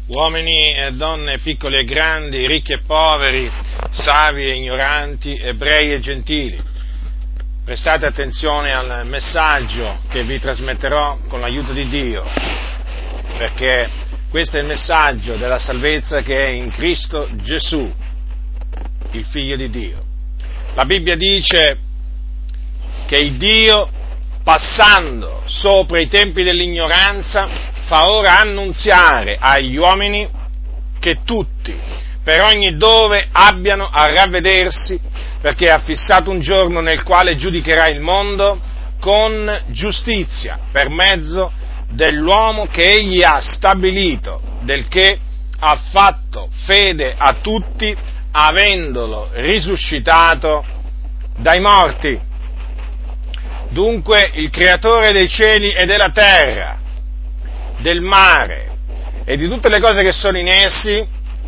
uomini e donne, piccoli e grandi, ricchi e poveri, savi e ignoranti, ebrei e gentili. Prestate attenzione al messaggio che vi trasmetterò con l'aiuto di Dio, perché questo è il messaggio della salvezza che è in Cristo Gesù, il Figlio di Dio. La Bibbia dice che il Dio, passando sopra i tempi dell'ignoranza, fa ora annunziare agli uomini che tutti, per ogni dove, abbiano a ravvedersi, perché ha fissato un giorno nel quale giudicherà il mondo con giustizia, per mezzo dell'uomo che egli ha stabilito, del che ha fatto fede a tutti, avendolo risuscitato dai morti. Dunque il creatore dei cieli e della terra, del mare e di tutte le cose che sono in essi,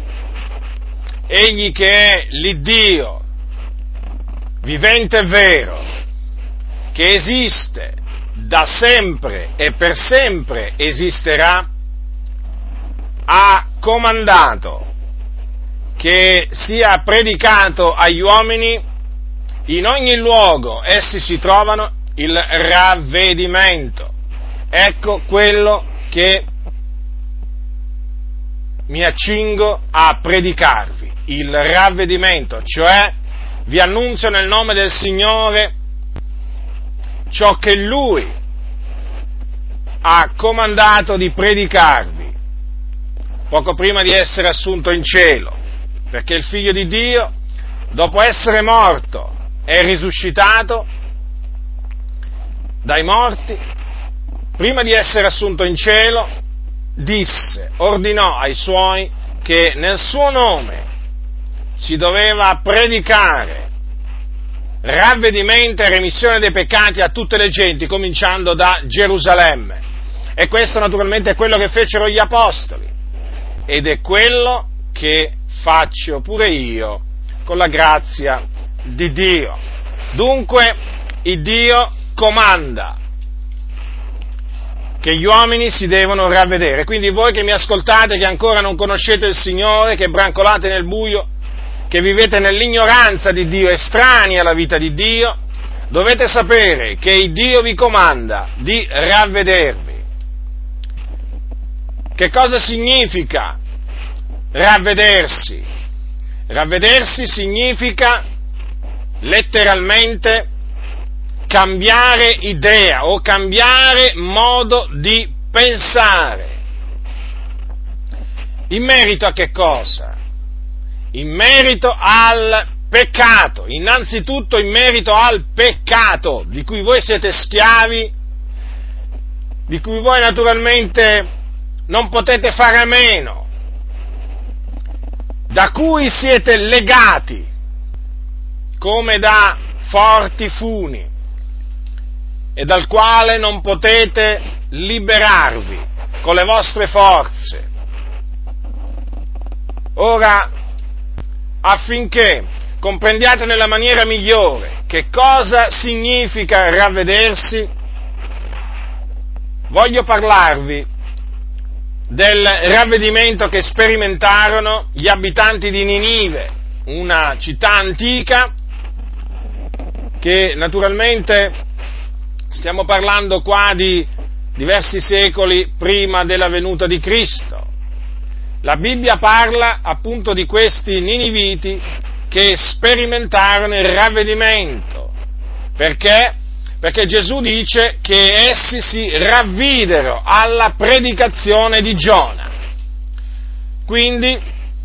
egli che è l'Iddio vivente e vero, che esiste da sempre e per sempre esisterà, ha comandato che sia predicato agli uomini in ogni luogo essi si trovano il ravvedimento. Ecco quello che mi accingo a predicarvi, il ravvedimento, cioè vi annunzio nel nome del Signore ciò che Lui ha comandato di predicarvi poco prima di essere assunto in cielo, perché il Figlio di Dio, dopo essere morto e risuscitato dai morti, prima di essere assunto in cielo, ordinò ai Suoi che nel Suo nome si doveva predicare ravvedimento e remissione dei peccati a tutte le genti, cominciando da Gerusalemme. E questo naturalmente è quello che fecero gli Apostoli, ed è quello che faccio pure io con la grazia di Dio. Dunque, il Dio comanda che gli uomini si devono ravvedere. Quindi voi che mi ascoltate, che ancora non conoscete il Signore, che brancolate nel buio, che vivete nell'ignoranza di Dio, estranei alla vita di Dio, dovete sapere che il Dio vi comanda di ravvedervi. Che cosa significa ravvedersi? Ravvedersi significa letteralmente cambiare idea o cambiare modo di pensare. In merito a che cosa? In merito al peccato, innanzitutto in merito al peccato di cui voi siete schiavi, di cui voi naturalmente non potete fare a meno, da cui siete legati come da forti funi e dal quale non potete liberarvi con le vostre forze. Ora, affinché comprendiate nella maniera migliore che cosa significa ravvedersi, voglio parlarvi del ravvedimento che sperimentarono gli abitanti di Ninive, una città antica che naturalmente stiamo parlando qua di diversi secoli prima della venuta di Cristo. La Bibbia parla appunto di questi niniviti che sperimentarono il ravvedimento. Perché? Perché Gesù dice che essi si ravvidero alla predicazione di Giona. Quindi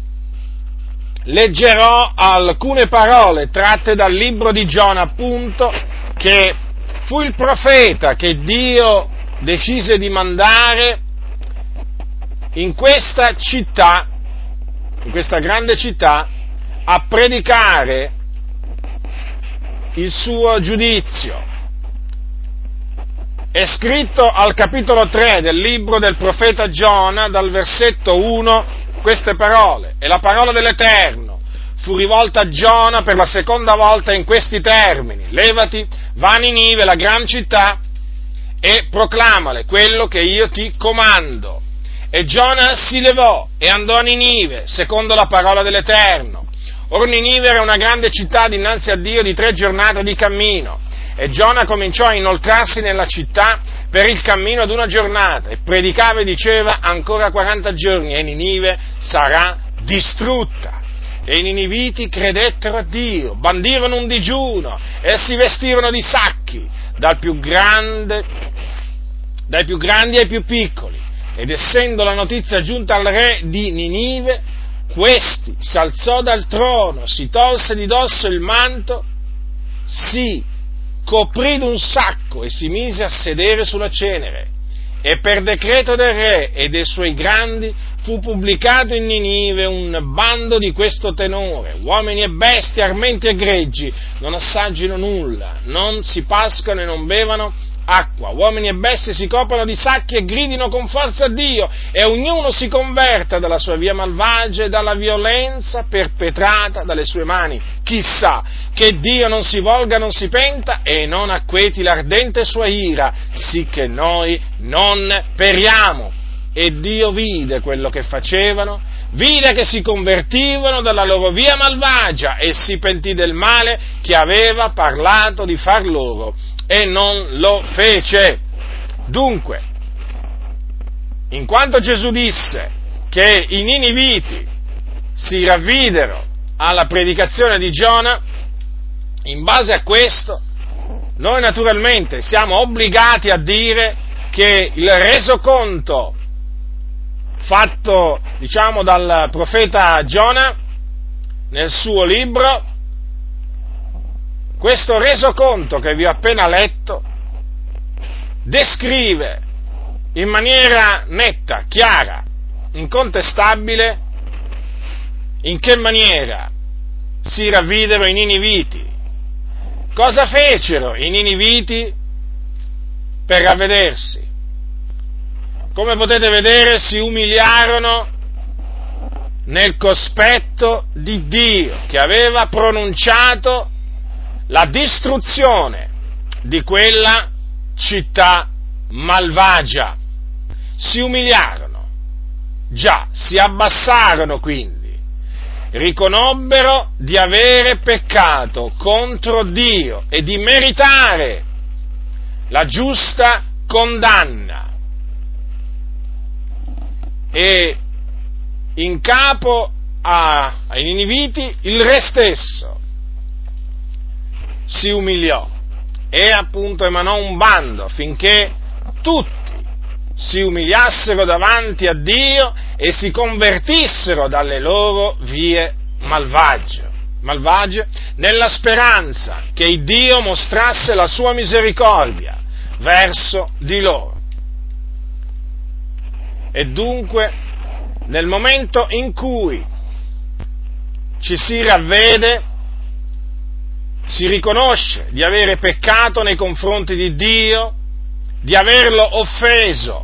leggerò alcune parole tratte dal libro di Giona, appunto, che fu il profeta che Dio decise di mandare in questa città, in questa grande città, a predicare il suo giudizio. È scritto al capitolo 3 del libro del profeta Giona, dal versetto 1, queste parole: e la parola dell'Eterno fu rivolta a Giona per la seconda volta in questi termini: levati, va a Ninive, la gran città, e proclamale quello che io ti comando. E Giona si levò e andò a Ninive, secondo la parola dell'Eterno. Or Ninive era una grande città dinanzi a Dio di 3 giornate di cammino. E Giona cominciò a inoltrarsi nella città per il cammino d'1 giornata, e predicava e diceva: ancora 40 giorni e Ninive sarà distrutta. E i niniviti credettero a Dio, bandirono un digiuno e si vestirono di sacchi, dai più grandi ai più piccoli. Ed essendo la notizia giunta al re di Ninive, questi s'alzò dal trono, si tolse di dosso il manto, si coprì d'un sacco e si mise a sedere sulla cenere. E per decreto del re e dei suoi grandi fu pubblicato in Ninive un bando di questo tenore: uomini e bestie, armenti e greggi, non assaggino nulla, non si pascano e non bevano acqua, uomini e bestie si coprano di sacchi e gridino con forza a Dio, e ognuno si converta dalla sua via malvagia e dalla violenza perpetrata dalle sue mani. Chissà che Dio non si volga, non si penta e non acqueti l'ardente sua ira, sicché noi non periamo. E Dio vide quello che facevano, vide che si convertivano dalla loro via malvagia e si pentì del male che aveva parlato di far loro, e non lo fece. Dunque, in quanto Gesù disse che i niniviti si ravvidero alla predicazione di Giona, in base a questo, noi naturalmente siamo obbligati a dire che il resoconto fatto, dal profeta Giona nel suo libro, questo resoconto che vi ho appena letto, descrive in maniera netta, chiara, incontestabile, in che maniera si ravvidero i niniviti. Cosa fecero i niniviti per ravvedersi? Come potete vedere, si umiliarono nel cospetto di Dio, che aveva pronunciato la distruzione di quella città malvagia. Si umiliarono, si abbassarono quindi, riconobbero di avere peccato contro Dio e di meritare la giusta condanna. E in capo ai niniviti il re stesso si umiliò e appunto emanò un bando affinché tutti si umiliassero davanti a Dio e si convertissero dalle loro vie malvagie, nella speranza che Dio mostrasse la sua misericordia verso di loro. E dunque, nel momento in cui ci si ravvede, si riconosce di avere peccato nei confronti di Dio, di averlo offeso,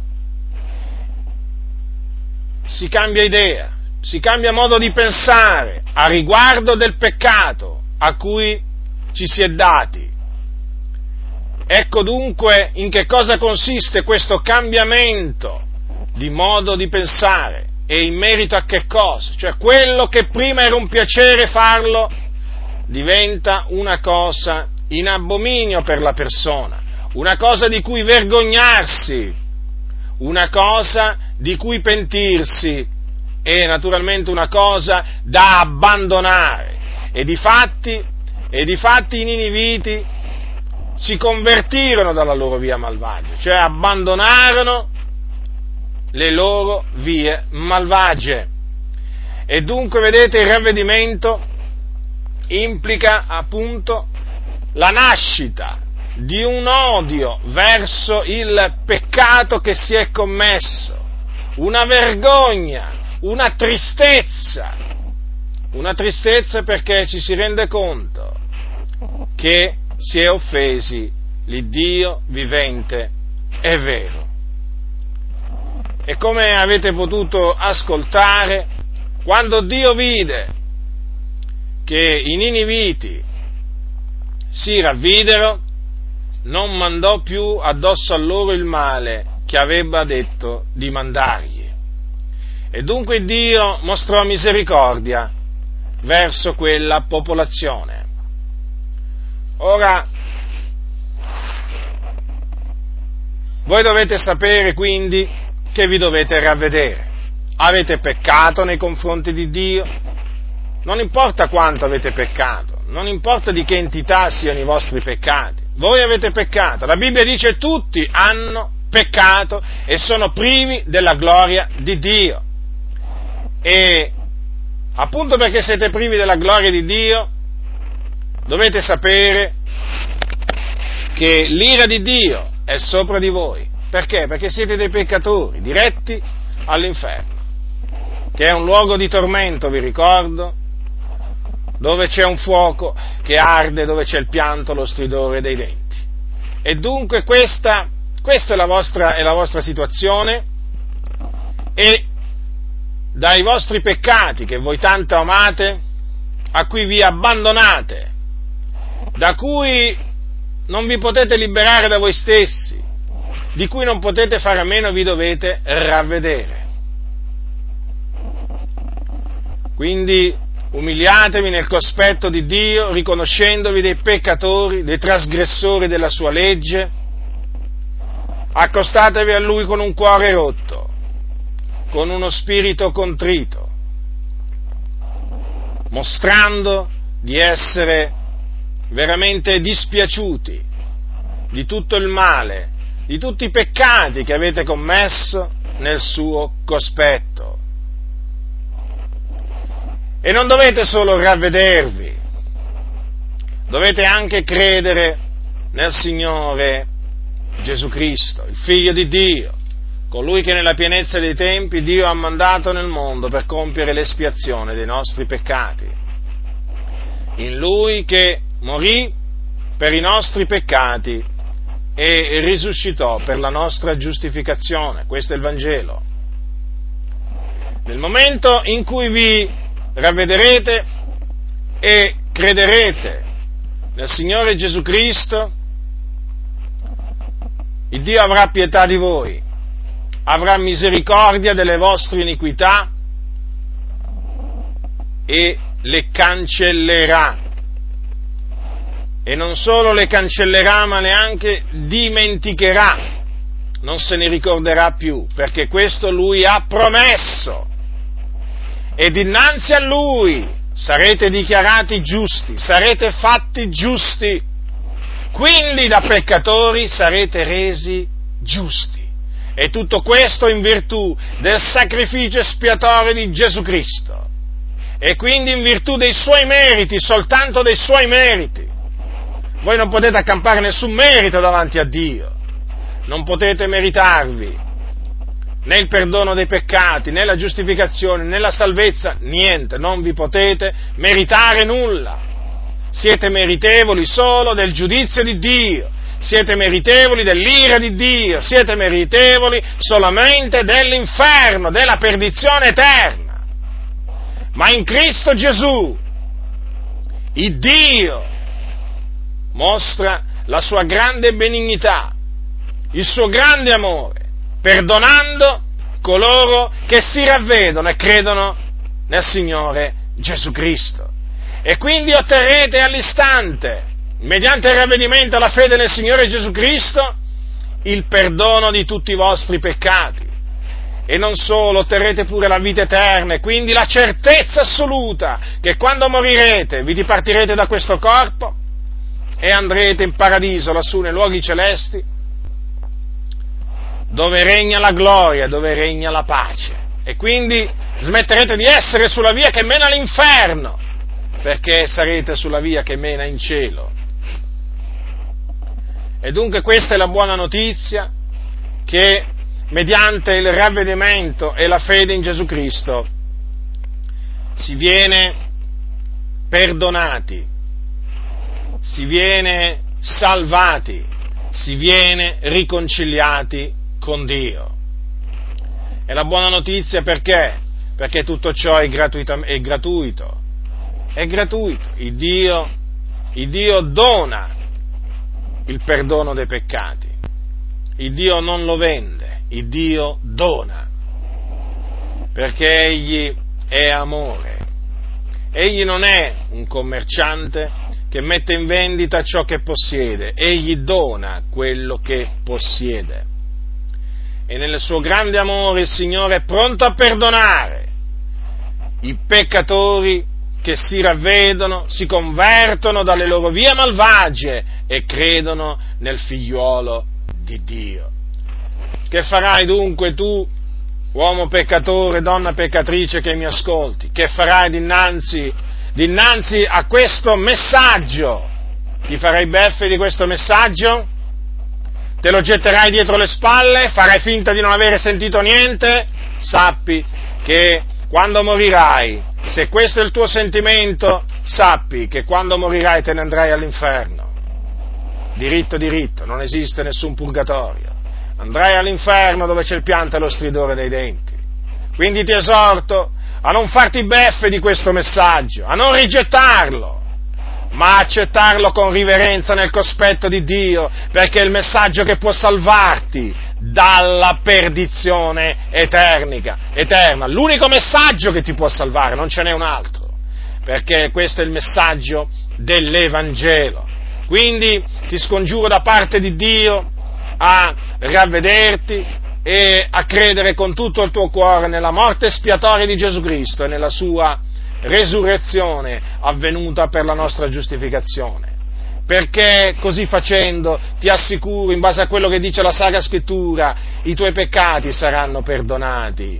si cambia idea, si cambia modo di pensare a riguardo del peccato a cui ci si è dati. Ecco dunque in che cosa consiste questo cambiamento di modo di pensare, e in merito a che cosa? Cioè, quello che prima era un piacere farlo diventa una cosa in abominio per la persona, una cosa di cui vergognarsi, una cosa di cui pentirsi, e naturalmente una cosa da abbandonare. E difatti i niniviti si convertirono dalla loro via malvagia, cioè abbandonarono le loro vie malvagie. E dunque, vedete, il ravvedimento implica appunto la nascita di un odio verso il peccato che si è commesso, una vergogna, una tristezza perché ci si rende conto che si è offesi l'Iddio vivente e vero. E come avete potuto ascoltare, quando Dio vide che i niniviti si ravvidero, non mandò più addosso a loro il male che aveva detto di mandargli. E dunque Dio mostrò misericordia verso quella popolazione. Ora, voi dovete sapere quindi che vi dovete ravvedere. Avete peccato nei confronti di Dio? Non importa quanto avete peccato, non importa di che entità siano i vostri peccati. Voi avete peccato. La Bibbia dice tutti hanno peccato e sono privi della gloria di Dio. E appunto perché siete privi della gloria di Dio, dovete sapere che l'ira di Dio è sopra di voi. Perché? Perché siete dei peccatori, diretti all'inferno, che è un luogo di tormento, vi ricordo, dove c'è un fuoco che arde, dove c'è il pianto, lo stridore dei denti. E dunque questa è la vostra situazione, e dai vostri peccati che voi tanto amate, a cui vi abbandonate, da cui non vi potete liberare da voi stessi, di cui non potete fare a meno, vi dovete ravvedere. Quindi umiliatevi nel cospetto di Dio, riconoscendovi dei peccatori, dei trasgressori della sua legge, accostatevi a Lui con un cuore rotto, con uno spirito contrito, mostrando di essere veramente dispiaciuti di tutto il male, di tutti i peccati che avete commesso nel suo cospetto. E non dovete solo ravvedervi, dovete anche credere nel Signore Gesù Cristo, il Figlio di Dio, colui che nella pienezza dei tempi Dio ha mandato nel mondo per compiere l'espiazione dei nostri peccati. In Lui che morì per i nostri peccati e risuscitò per la nostra giustificazione. Questo è il Vangelo. Nel momento in cui vi ravvederete e crederete nel Signore Gesù Cristo, il Dio avrà pietà di voi, avrà misericordia delle vostre iniquità e le cancellerà. E non solo le cancellerà, ma neanche dimenticherà, non se ne ricorderà più, perché questo Lui ha promesso. E dinanzi a Lui sarete dichiarati giusti, sarete fatti giusti, quindi da peccatori sarete resi giusti. E tutto questo in virtù del sacrificio espiatorio di Gesù Cristo, e quindi in virtù dei Suoi meriti, soltanto dei Suoi meriti. Voi non potete accampare nessun merito davanti a Dio, non potete meritarvi né il perdono dei peccati, né la giustificazione, né la salvezza, niente, non vi potete meritare nulla. Siete meritevoli solo del giudizio di Dio, siete meritevoli dell'ira di Dio, siete meritevoli solamente dell'inferno, della perdizione eterna. Ma in Cristo Gesù, il Dio mostra la sua grande benignità, il suo grande amore, perdonando coloro che si ravvedono e credono nel Signore Gesù Cristo. E quindi otterrete all'istante, mediante il ravvedimento e la fede nel Signore Gesù Cristo, il perdono di tutti i vostri peccati. E non solo, otterrete pure la vita eterna, e quindi la certezza assoluta che quando morirete vi dipartirete da questo corpo e andrete in paradiso, lassù nei luoghi celesti, dove regna la gloria, dove regna la pace. E quindi smetterete di essere sulla via che mena all'inferno, perché sarete sulla via che mena in cielo. E dunque questa è la buona notizia, che mediante il ravvedimento e la fede in Gesù Cristo si viene perdonati, si viene salvati, si viene riconciliati con Dio. E la buona notizia perché? Perché tutto ciò è gratuito. Il Dio dona il perdono dei peccati. Il Dio non lo vende, il Dio dona. perché Egli è amore. Egli non è un commerciante che mette in vendita ciò che possiede, Egli dona quello che possiede. E nel suo grande amore il Signore è pronto a perdonare i peccatori che si ravvedono, si convertono dalle loro vie malvagie e credono nel figliuolo di Dio. Che farai dunque tu, uomo peccatore, donna peccatrice che mi ascolti? Che farai dinanzi a questo messaggio? Ti farai beffe di questo messaggio? Te lo getterai dietro le spalle? Farai finta di non avere sentito niente? Sappi che quando morirai, se questo è il tuo sentimento, sappi che quando morirai te ne andrai all'inferno. Diritto, non esiste nessun purgatorio. Andrai all'inferno dove c'è il pianto e lo stridore dei denti. Quindi ti esorto a non farti beffe di questo messaggio, a non rigettarlo, ma accettarlo con riverenza nel cospetto di Dio, perché è il messaggio che può salvarti dalla perdizione eterna. L'unico messaggio che ti può salvare, non ce n'è un altro, perché questo è il messaggio dell'Evangelo. Quindi ti scongiuro da parte di Dio a ravvederti e a credere con tutto il tuo cuore nella morte espiatoria di Gesù Cristo e nella sua resurrezione avvenuta per la nostra giustificazione, perché così facendo ti assicuro, in base a quello che dice la Sacra Scrittura, i tuoi peccati saranno perdonati,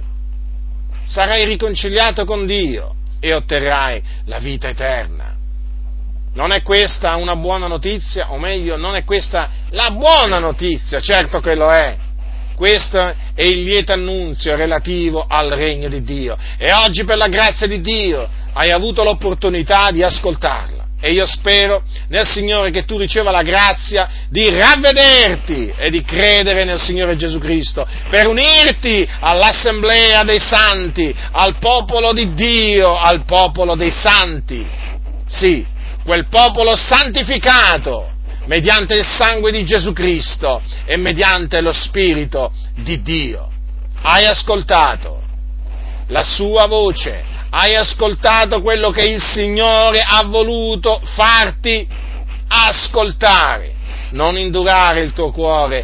sarai riconciliato con Dio e otterrai la vita eterna. Non è questa una buona notizia? O meglio, non è questa la buona notizia? Certo che lo è. Questo è il lieto annunzio relativo al regno di Dio. E oggi, per la grazia di Dio, hai avuto l'opportunità di ascoltarla. E io spero nel Signore che tu riceva la grazia di ravvederti e di credere nel Signore Gesù Cristo, per unirti all'assemblea dei santi, al popolo di Dio, al popolo dei santi. Sì, quel popolo santificato mediante il sangue di Gesù Cristo e mediante lo Spirito di Dio. Hai ascoltato la sua voce, hai ascoltato quello che il Signore ha voluto farti ascoltare. Non indurare il tuo cuore,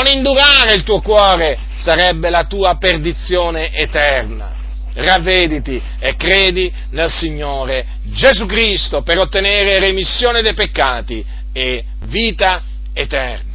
sarebbe la tua perdizione eterna. Ravvediti e credi nel Signore Gesù Cristo per ottenere remissione dei peccati e vita eterna.